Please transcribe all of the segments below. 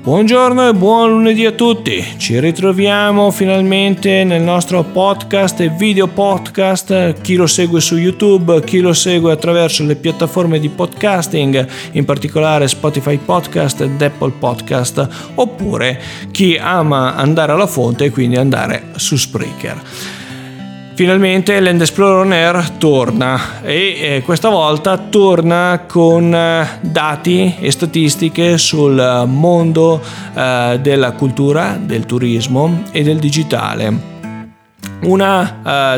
Buongiorno e buon lunedì a tutti, ci ritroviamo finalmente nel nostro podcast e video podcast, chi lo segue su YouTube, chi lo segue attraverso le piattaforme di podcasting, in particolare Spotify Podcast ed Apple Podcast, oppure chi ama andare alla fonte e quindi andare su Spreaker. Finalmente Land Explorer On Air torna e questa volta torna con dati e statistiche sul mondo della cultura, del turismo e del digitale. Una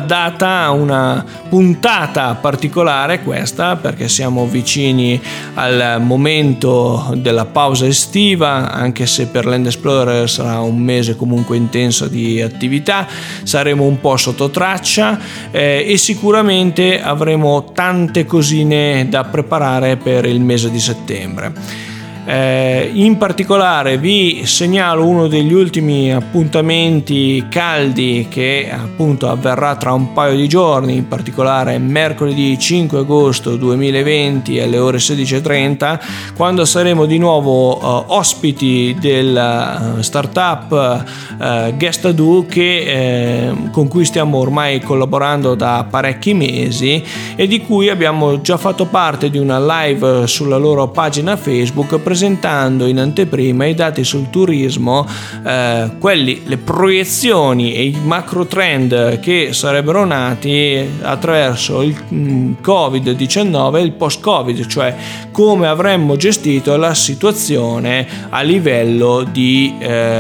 puntata particolare questa, perché siamo vicini al momento della pausa estiva, anche se per Land Explorer sarà un mese comunque intenso di attività, saremo un po' sotto traccia e sicuramente avremo tante cosine da preparare per il mese di settembre. In particolare vi segnalo uno degli ultimi appuntamenti caldi che appunto avverrà tra un paio di giorni, in particolare mercoledì 5 agosto 2020 alle ore 16:30, quando saremo di nuovo ospiti del startup Guestado con cui stiamo ormai collaborando da parecchi mesi e di cui abbiamo già fatto parte di una live sulla loro pagina Facebook, presentando in anteprima i dati sul turismo, le proiezioni e i macro trend che sarebbero nati attraverso il Covid-19 e il post-Covid, cioè come avremmo gestito la situazione a livello di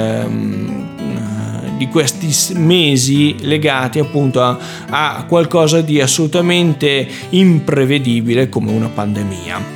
questi mesi legati appunto a qualcosa di assolutamente imprevedibile come una pandemia.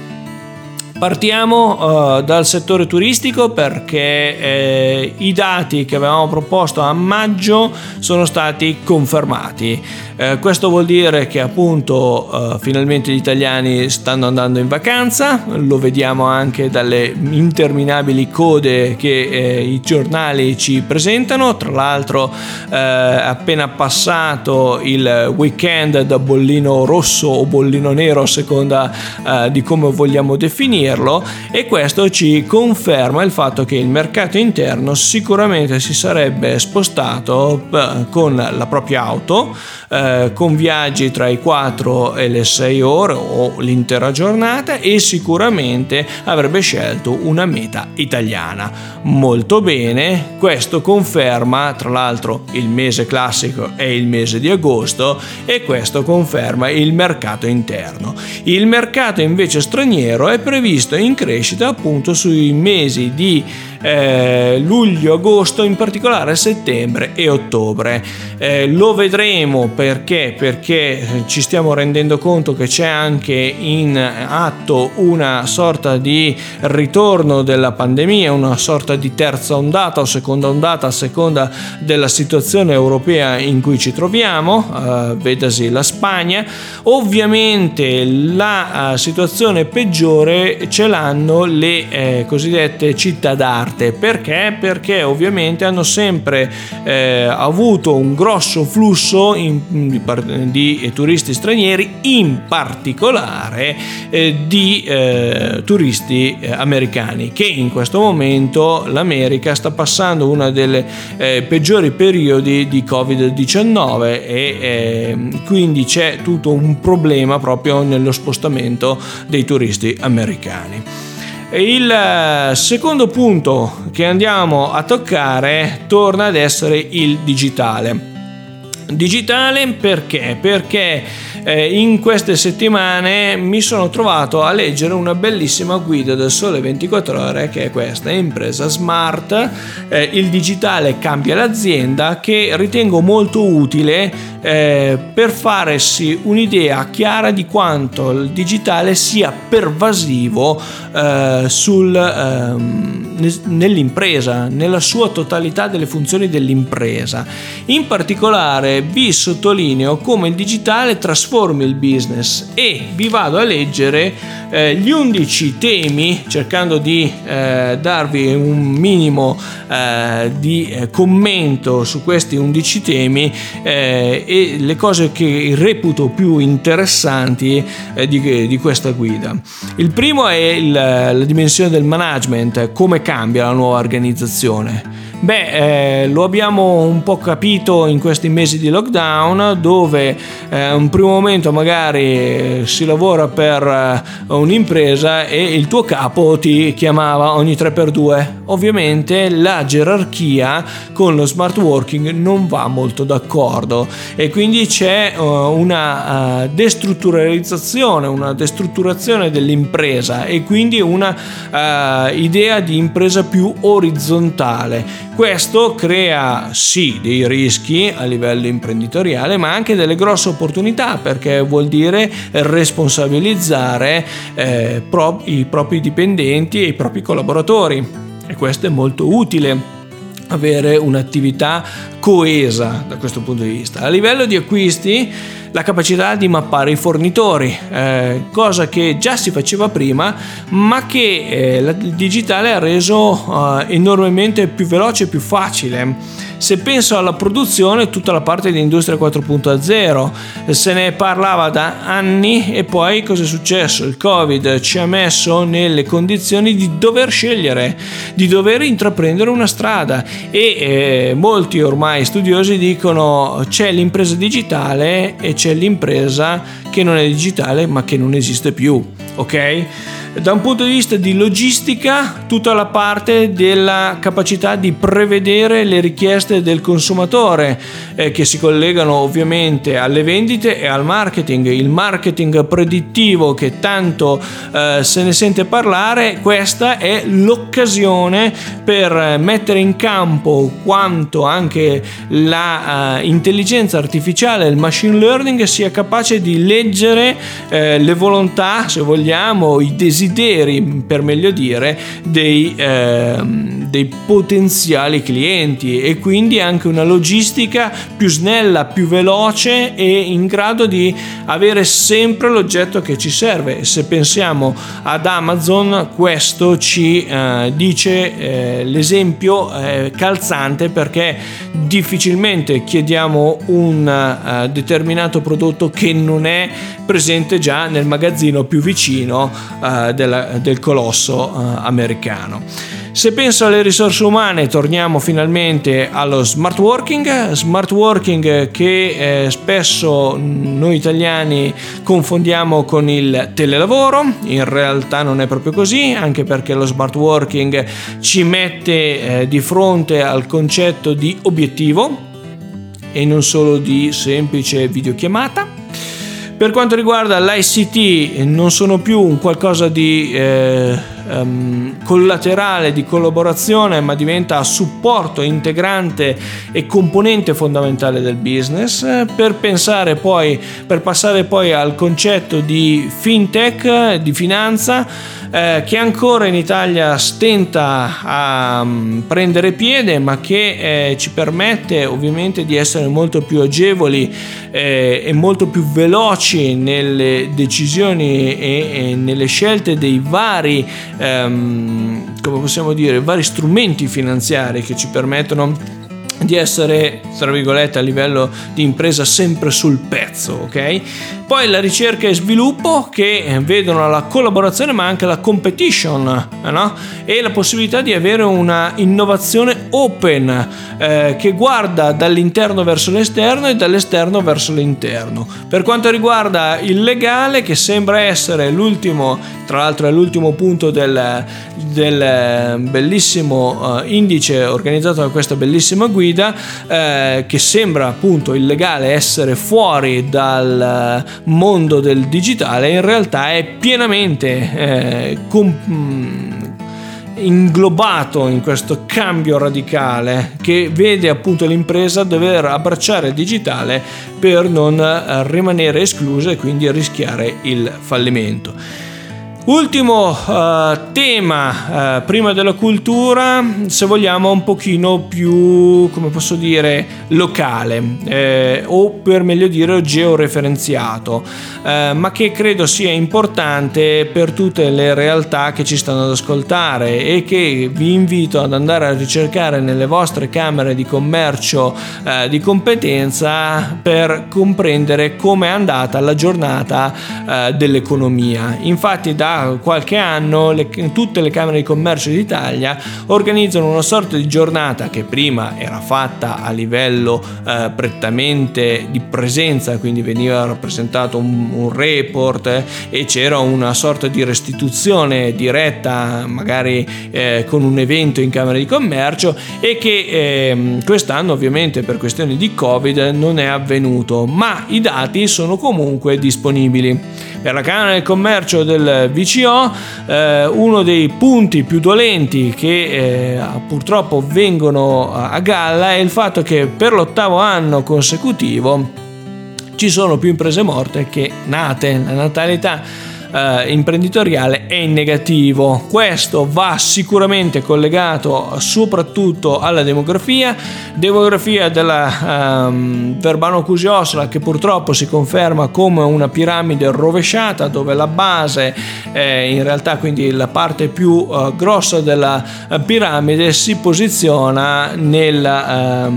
Partiamo dal settore turistico perché i dati che avevamo proposto a maggio sono stati confermati. Questo vuol dire che appunto finalmente gli italiani stanno andando in vacanza, lo vediamo anche dalle interminabili code che i giornali ci presentano. Tra l'altro appena passato il weekend da bollino rosso o bollino nero a seconda di come vogliamo definirlo, e questo ci conferma il fatto che il mercato interno sicuramente si sarebbe spostato con la propria auto, con viaggi tra i 4 e le 6 ore o l'intera giornata, e sicuramente avrebbe scelto una meta italiana. Molto bene, questo conferma tra l'altro il mese classico è il mese di agosto, e questo conferma il mercato interno. Il mercato invece straniero è previsto in crescita appunto sui mesi di luglio, agosto, in particolare settembre e ottobre. Lo vedremo perché ci stiamo rendendo conto che c'è anche in atto una sorta di ritorno della pandemia, una sorta di terza ondata o seconda ondata a seconda della situazione europea in cui ci troviamo, vedasi la Spagna. Ovviamente la situazione peggiore ce l'hanno le cosiddette città d'arte. Perché ovviamente hanno sempre avuto un grosso flusso di turisti stranieri, in particolare di turisti americani, che in questo momento l'America sta passando uno dei peggiori periodi di Covid-19 e quindi c'è tutto un problema proprio nello spostamento dei turisti americani. Il secondo punto che andiamo a toccare torna ad essere il digitale. Digitale perché in queste settimane mi sono trovato a leggere una bellissima guida del Sole 24 Ore, che è questa: Impresa Smart, il digitale cambia l'azienda, che ritengo molto utile per farsi un'idea chiara di quanto il digitale sia pervasivo nell'impresa, nella sua totalità delle funzioni dell'impresa. In particolare vi sottolineo come il digitale trasformi il business, e vi vado a leggere gli 11 temi, cercando di darvi un minimo di commento su questi 11 temi, e e le cose che reputo più interessanti di questa guida. Il primo è la dimensione del management, come cambia la nuova organizzazione. Lo abbiamo un po' capito in questi mesi di lockdown, dove un primo momento magari si lavora per un'impresa e il tuo capo ti chiamava ogni 3x2. Ovviamente la gerarchia con lo smart working non va molto d'accordo e quindi c'è una destrutturazione dell'impresa e quindi una idea di impresa più orizzontale. Questo crea sì dei rischi a livello imprenditoriale, ma anche delle grosse opportunità, perché vuol dire responsabilizzare i propri dipendenti e i propri collaboratori, e questo è molto utile, avere un'attività coesa da questo punto di vista. A livello di acquisti, la capacità di mappare i fornitori, cosa che già si faceva prima, ma che il digitale ha reso enormemente più veloce e più facile. Se penso alla produzione, tutta la parte di Industria 4.0 se ne parlava da anni, e poi cosa è successo? Il Covid ci ha messo nelle condizioni di dover scegliere, di dover intraprendere una strada, e molti ormai studiosi dicono c'è l'impresa digitale e c'è l'impresa che non è digitale ma che non esiste più, ok? Da un punto di vista di logistica, tutta la parte della capacità di prevedere le richieste del consumatore, che si collegano ovviamente alle vendite e al marketing. Il marketing predittivo, che tanto se ne sente parlare, questa è l'occasione per mettere in campo quanto anche la intelligenza artificiale, il machine learning, sia capace di leggere le volontà, se vogliamo, i desideri, per meglio dire, dei potenziali clienti, e quindi anche una logistica più snella, più veloce e in grado di avere sempre l'oggetto che ci serve. Se pensiamo ad Amazon, questo ci dice l'esempio calzante, perché difficilmente chiediamo un determinato prodotto che non è presente già nel magazzino più vicino del colosso americano. Se penso alle risorse umane, torniamo finalmente allo smart working che spesso noi italiani confondiamo con il telelavoro. In realtà non è proprio così, anche perché lo smart working ci mette di fronte al concetto di obiettivo e non solo di semplice videochiamata. Per quanto riguarda l'ICT, non sono più un qualcosa di collaterale, di collaborazione, ma diventa supporto integrante e componente fondamentale del business, per passare poi al concetto di fintech, di finanza, che ancora in Italia stenta a prendere piede, ma che ci permette ovviamente di essere molto più agevoli e molto più veloci nelle decisioni e nelle scelte dei vari vari strumenti finanziari che ci permettono di essere, tra virgolette, a livello di impresa sempre sul pezzo, ok? Poi la ricerca e sviluppo, che vedono la collaborazione ma anche la competition, no? E la possibilità di avere una innovazione open, che guarda dall'interno verso l'esterno e dall'esterno verso l'interno. Per quanto riguarda il legale, che sembra essere l'ultimo, tra l'altro è l'ultimo punto del bellissimo indice organizzato da questa bellissima guida, che sembra appunto il legale essere fuori dal mondo del digitale, in realtà è pienamente inglobato in questo cambio radicale che vede appunto l'impresa dover abbracciare il digitale per non rimanere esclusa e quindi rischiare il fallimento. Ultimo tema, prima della cultura, se vogliamo un pochino più, come posso dire, locale, o per meglio dire georeferenziato, ma che credo sia importante per tutte le realtà che ci stanno ad ascoltare e che vi invito ad andare a ricercare nelle vostre camere di commercio di competenza per comprendere come è andata la giornata dell'economia. Infatti da qualche anno tutte le camere di commercio d'Italia organizzano una sorta di giornata che prima era fatta a livello prettamente di presenza, quindi veniva rappresentato un report e c'era una sorta di restituzione diretta, magari con un evento in camera di commercio, e che quest'anno ovviamente per questioni di Covid non è avvenuto, ma i dati sono comunque disponibili. Per la Camera del Commercio del VCO uno dei punti più dolenti che purtroppo vengono a galla è il fatto che per l'8º anno consecutivo ci sono più imprese morte che nate. La natalità imprenditoriale è in negativo. Questo va sicuramente collegato soprattutto alla demografia della Verbano-Cusio-Ossola, che purtroppo si conferma come una piramide rovesciata, dove la base in realtà, quindi la parte più grossa della piramide, si posiziona nella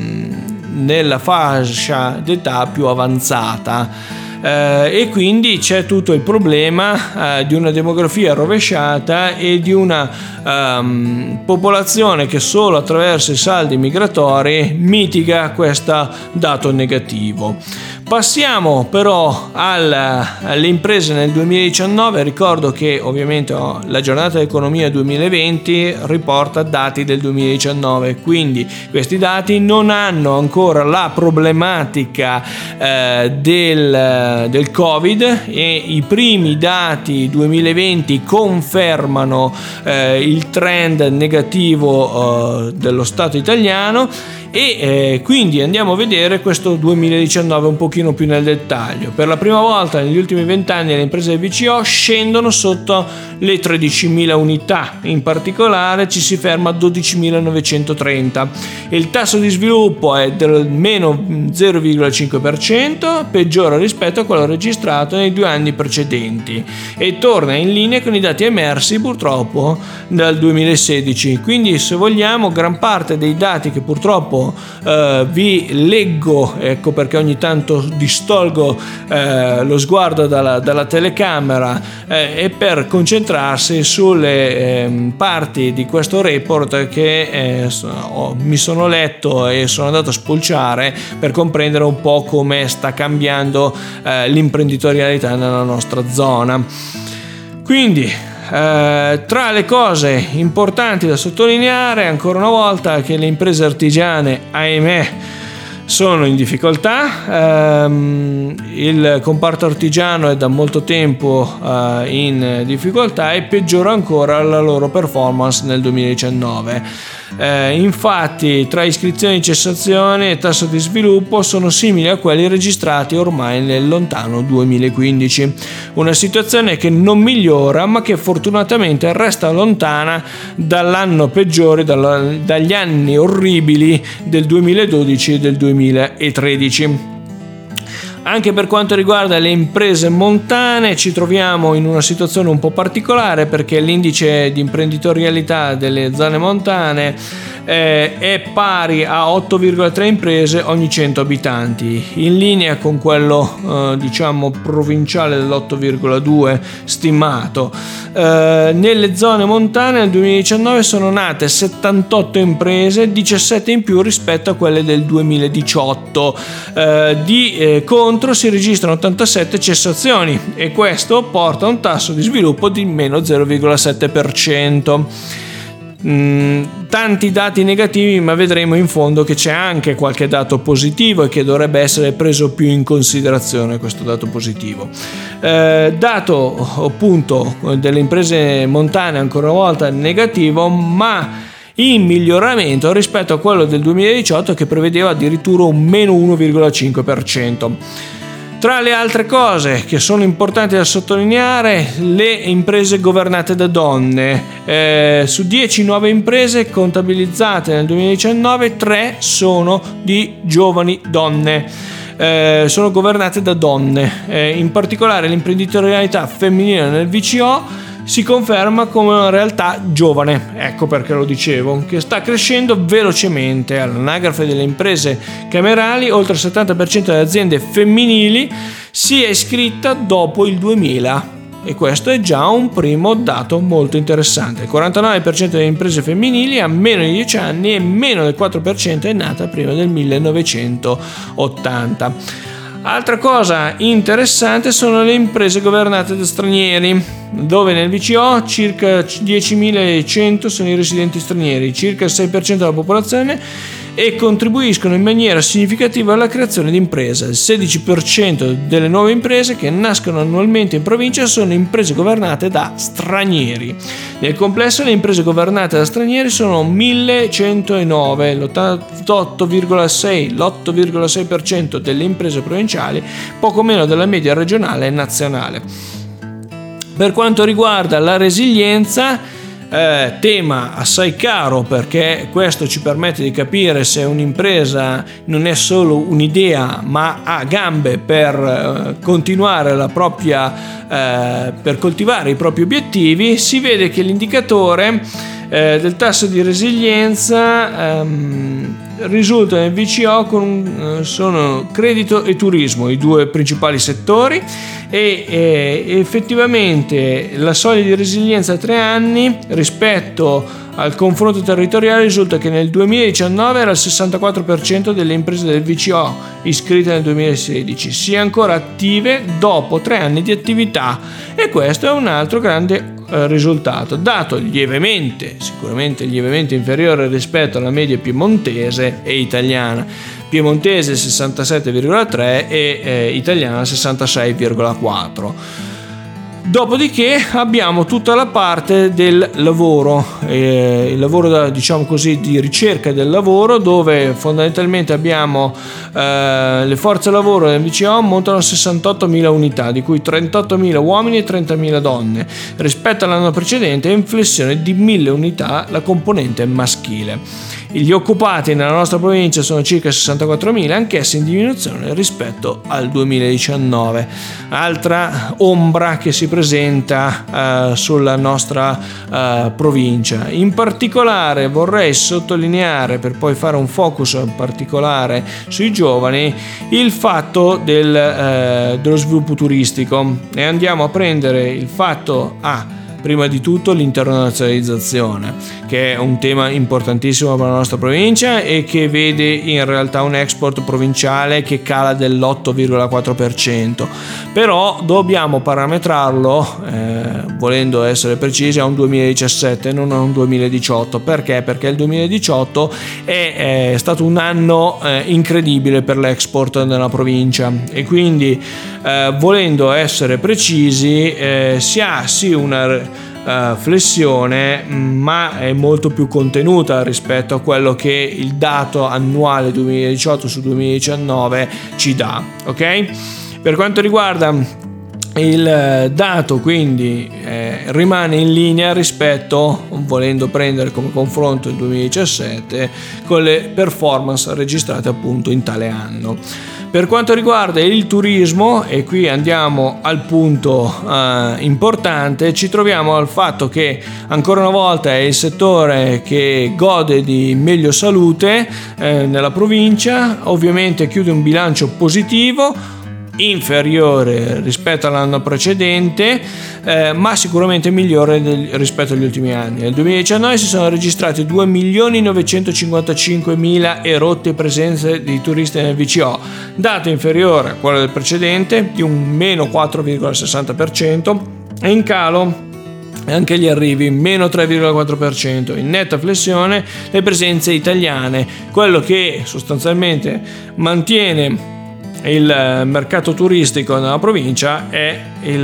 fascia d'età più avanzata. E quindi c'è tutto il problema di una demografia rovesciata e di una popolazione che solo attraverso i saldi migratori mitiga questo dato negativo. Passiamo però alle imprese nel 2019. Ricordo che ovviamente la giornata dell'economia 2020 riporta dati del 2019, quindi questi dati non hanno ancora la problematica del Covid, e i primi dati 2020 confermano il trend negativo dello Stato italiano, e quindi andiamo a vedere questo 2019 un pochino più nel dettaglio. Per la prima volta negli ultimi 20 anni le imprese del VCO scendono sotto le 13.000 unità, in particolare ci si ferma a 12.930. Il tasso di sviluppo è del meno 0,5%, peggiora rispetto a quello registrato nei 2 anni precedenti e torna in linea con i dati emersi purtroppo dal 2016. Quindi, se vogliamo, gran parte dei dati che purtroppo vi leggo, ecco perché ogni tanto distolgo lo sguardo dalla telecamera e per concentrarsi sulle parti di questo report che mi sono letto e sono andato a spulciare per comprendere un po' come sta cambiando l'imprenditorialità nella nostra zona. Quindi tra le cose importanti da sottolineare ancora una volta che le imprese artigiane, ahimè, sono in difficoltà. Il comparto artigiano è da molto tempo in difficoltà e peggiora ancora la loro performance nel 2019. Infatti, tra iscrizioni e cessazioni e tasso di sviluppo sono simili a quelli registrati ormai nel lontano 2015. Una situazione che non migliora, ma che fortunatamente resta lontana dall'anno peggiore, dagli anni orribili del 2012 e del 2013. Anche per quanto riguarda le imprese montane ci troviamo in una situazione un po' particolare, perché l'indice di imprenditorialità delle zone montane è pari a 8,3 imprese ogni 100 abitanti, in linea con quello provinciale dell'8,2 stimato. Nelle zone montane nel 2019 sono nate 78 imprese, 17 in più rispetto a quelle del 2018. Contro si registrano 87 cessazioni, e questo porta a un tasso di sviluppo di meno 0,7%. Tanti dati negativi, ma vedremo in fondo che c'è anche qualche dato positivo e che dovrebbe essere preso più in considerazione, questo dato positivo. Dato appunto delle imprese montane ancora una volta negativo, ma in miglioramento rispetto a quello del 2018 che prevedeva addirittura un meno 1,5%. Tra le altre cose che sono importanti da sottolineare, le imprese governate da donne. Su 10 nuove imprese contabilizzate nel 2019, 3 sono di giovani donne. Sono governate da donne. In particolare l'imprenditorialità femminile nel VCO si conferma come una realtà giovane, ecco perché lo dicevo, che sta crescendo velocemente. All'anagrafe delle imprese camerali, oltre il 70% delle aziende femminili si è iscritta dopo il 2000. E questo è già un primo dato molto interessante. Il 49% delle imprese femminili ha meno di 10 anni e meno del 4% è nata prima del 1980. Altra cosa interessante sono le imprese governate da stranieri, dove nel VCO circa 10.100 sono i residenti stranieri, circa il 6% della popolazione, e contribuiscono in maniera significativa alla creazione di imprese. Il 16% delle nuove imprese che nascono annualmente in provincia sono imprese governate da stranieri. Nel complesso le imprese governate da stranieri sono 1.109, l'8,6% delle imprese provinciali, poco meno della media regionale e nazionale. Per quanto riguarda la resilienza, tema assai caro, perché questo ci permette di capire se un'impresa non è solo un'idea ma ha gambe per continuare la propria per coltivare i propri obiettivi. Si vede che l'indicatore del tasso di resilienza risulta nel VCO sono credito e turismo, i due principali settori, e effettivamente la soglia di resilienza a 3 anni rispetto al confronto territoriale risulta che nel 2019 era il 64% delle imprese del VCO iscritte nel 2016 sia ancora attive dopo 3 anni di attività, e questo è un altro grande risultato, dato sicuramente lievemente inferiore rispetto alla media piemontese e italiana. Piemontese 67,3 e italiana 66,4. Dopodiché abbiamo tutta la parte del lavoro, il lavoro diciamo così di ricerca del lavoro, dove fondamentalmente abbiamo le forze lavoro del VCO montano 68.000 unità, di cui 38.000 uomini e 30.000 donne. Rispetto all'anno precedente è in flessione di 1.000 unità la componente maschile. Gli occupati nella nostra provincia sono circa 64.000, anch'essi in diminuzione rispetto al 2019. Altra ombra che si presenta sulla nostra provincia. In particolare vorrei sottolineare, per poi fare un focus in particolare sui giovani, il fatto dello sviluppo turistico, e andiamo a prendere il fatto prima di tutto l'internazionalizzazione, che è un tema importantissimo per la nostra provincia e che vede in realtà un export provinciale che cala dell'8,4%, però dobbiamo parametrarlo, volendo essere precisi, a un 2017 non a un 2018. Perché? Perché il 2018 è stato un anno incredibile per l'export nella provincia, e quindi volendo essere precisi si ha sì una flessione, ma è molto più contenuta rispetto a quello che il dato annuale 2018 su 2019 ci dà. Ok? Per quanto riguarda il dato, quindi rimane in linea rispetto, volendo prendere come confronto il 2017, con le performance registrate appunto in tale anno. Per quanto riguarda il turismo, e qui andiamo al punto importante, ci troviamo al fatto che ancora una volta è il settore che gode di meglio salute nella provincia. Ovviamente chiude un bilancio positivo, inferiore rispetto all'anno precedente, ma sicuramente migliore rispetto agli ultimi anni. Nel 2019 si sono registrati 2.955.000 erotte presenze di turisti nel VCO, dato inferiore a quello del precedente di un meno 4,60%, e in calo anche gli arrivi, meno 3,4%. In netta flessione le presenze italiane, quello che sostanzialmente mantiene il mercato turistico nella provincia è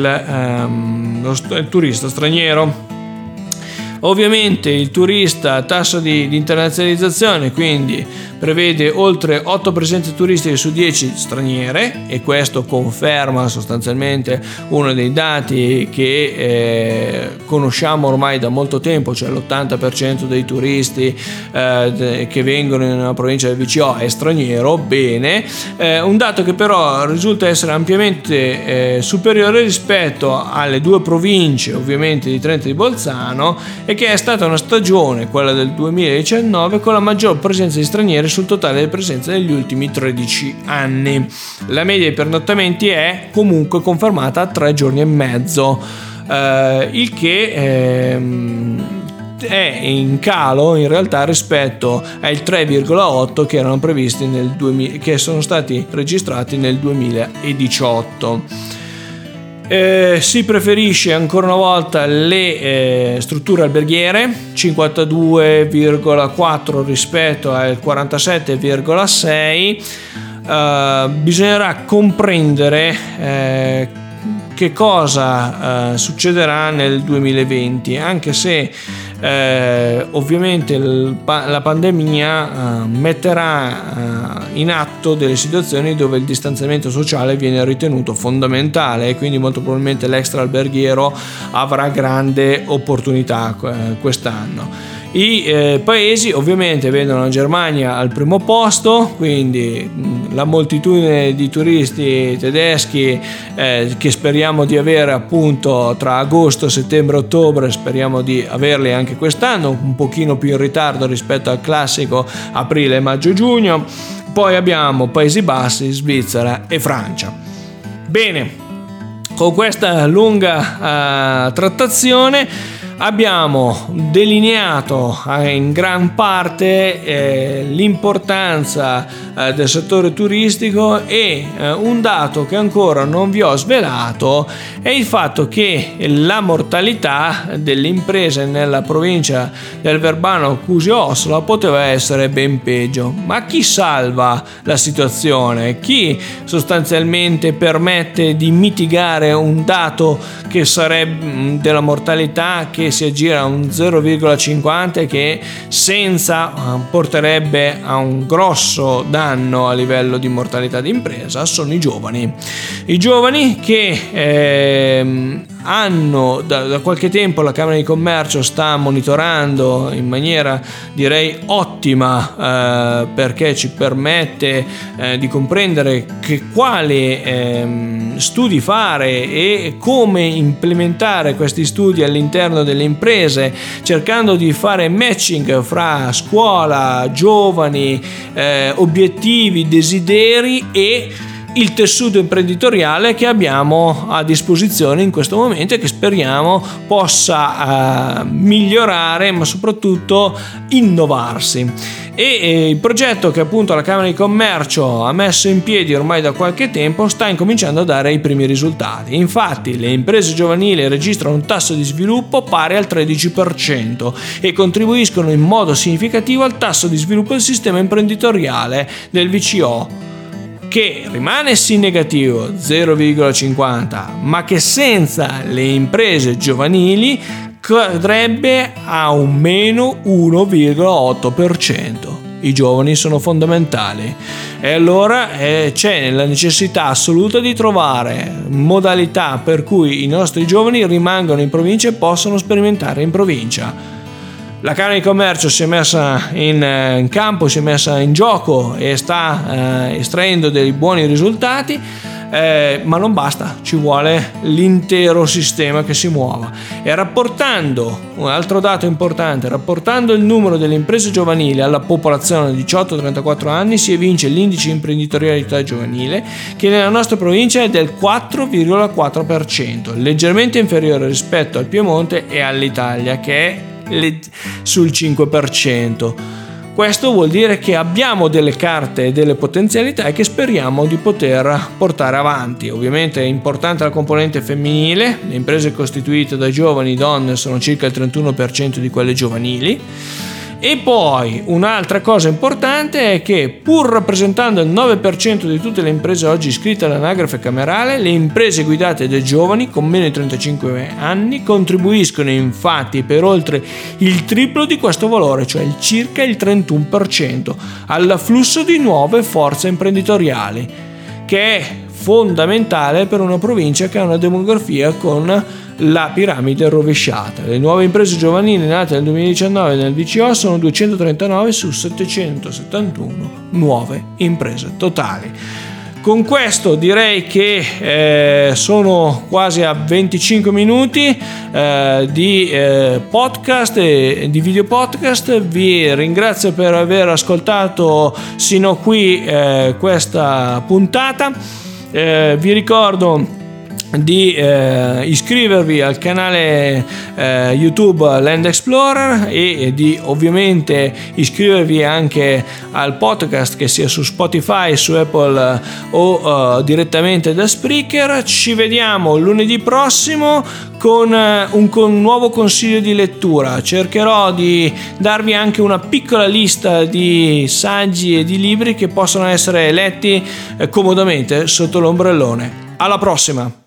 il turista straniero. Ovviamente il turista, tasso di internazionalizzazione, quindi prevede oltre 8 presenze turistiche su 10 straniere, e questo conferma sostanzialmente uno dei dati che conosciamo ormai da molto tempo, cioè l'80% dei turisti che vengono in una provincia del VCO è straniero. Bene, un dato che però risulta essere ampiamente superiore rispetto alle due province ovviamente di Trento e di Bolzano, e che è stata una stagione, quella del 2019, con la maggior presenza di stranieri sul totale delle presenze negli ultimi 13 anni. La media dei pernottamenti è comunque confermata a 3 giorni e mezzo, il che è in calo in realtà rispetto ai 3,8 che erano previsti che sono stati registrati nel 2018. Si preferisce ancora una volta le strutture alberghiere, 52,4 rispetto al 47,6. Bisognerà comprendere che cosa succederà nel 2020, anche se ovviamente la pandemia metterà in atto delle situazioni dove il distanziamento sociale viene ritenuto fondamentale, e quindi molto probabilmente l'extra alberghiero avrà grande opportunità quest'anno. I paesi ovviamente vedono la Germania al primo posto, quindi la moltitudine di turisti tedeschi che speriamo di avere appunto tra agosto, settembre, ottobre, speriamo di averli anche quest'anno, un pochino più in ritardo rispetto al classico aprile, maggio, giugno. Poi abbiamo Paesi Bassi, Svizzera e Francia. Bene, con questa lunga trattazione abbiamo delineato in gran parte l'importanza del settore turistico, e un dato che ancora non vi ho svelato è il fatto che la mortalità delle imprese nella provincia del Verbano Cusio Ossola poteva essere ben peggio. Ma chi salva la situazione? Chi sostanzialmente permette di mitigare un dato che sarebbe della mortalità che si aggira a un 0,50, che senza porterebbe a un grosso danno a livello di mortalità di impresa? Sono i giovani che hanno da qualche tempo, la Camera di Commercio sta monitorando in maniera direi ottima, perché ci permette di comprendere quali studi fare e come implementare questi studi all'interno delle imprese, cercando di fare matching fra scuola, giovani, obiettivi, desideri e il tessuto imprenditoriale che abbiamo a disposizione in questo momento, e che speriamo possa migliorare, ma soprattutto innovarsi. E il progetto che appunto la Camera di Commercio ha messo in piedi ormai da qualche tempo sta incominciando a dare i primi risultati. Infatti le imprese giovanili registrano un tasso di sviluppo pari al 13% e contribuiscono in modo significativo al tasso di sviluppo del sistema imprenditoriale del VCO, che rimane sì negativo 0,50, ma che senza le imprese giovanili cadrebbe a un meno 1,8%. I giovani sono fondamentali, e allora c'è la necessità assoluta di trovare modalità per cui i nostri giovani rimangano in provincia e possano sperimentare in provincia. La Camera di Commercio si è messa in campo, si è messa in gioco e sta estraendo dei buoni risultati, ma non basta, ci vuole l'intero sistema che si muova. E rapportando, un altro dato importante, rapportando il numero delle imprese giovanili alla popolazione di 18-34 anni, si evince l'indice di imprenditorialità giovanile, che nella nostra provincia è del 4,4%, leggermente inferiore rispetto al Piemonte e all'Italia, che è sul 5%. Questo vuol dire che abbiamo delle carte e delle potenzialità e che speriamo di poter portare avanti. Ovviamente è importante la componente femminile, le imprese costituite da giovani donne sono circa il 31% di quelle giovanili, E poi un'altra cosa importante è che, pur rappresentando il 9% di tutte le imprese oggi iscritte all'anagrafe camerale, le imprese guidate da giovani con meno di 35 anni contribuiscono infatti per oltre il triplo di questo valore, cioè circa il 31%, all'afflusso di nuove forze imprenditoriali, che è fondamentale per una provincia che ha una demografia con la piramide rovesciata. Le nuove imprese giovanili nate nel 2019 nel VCO sono 239 su 771 nuove imprese totali. Con questo direi che sono quasi a 25 minuti di podcast e di video podcast. Vi ringrazio per aver ascoltato sino qui questa puntata. Vi ricordo di iscrivervi al canale YouTube Land Explorer e di ovviamente iscrivervi anche al podcast, che sia su Spotify, su Apple o direttamente da Spreaker. Ci vediamo lunedì prossimo con un nuovo consiglio di lettura. Cercherò di darvi anche una piccola lista di saggi e di libri che possono essere letti comodamente sotto l'ombrellone. Alla prossima!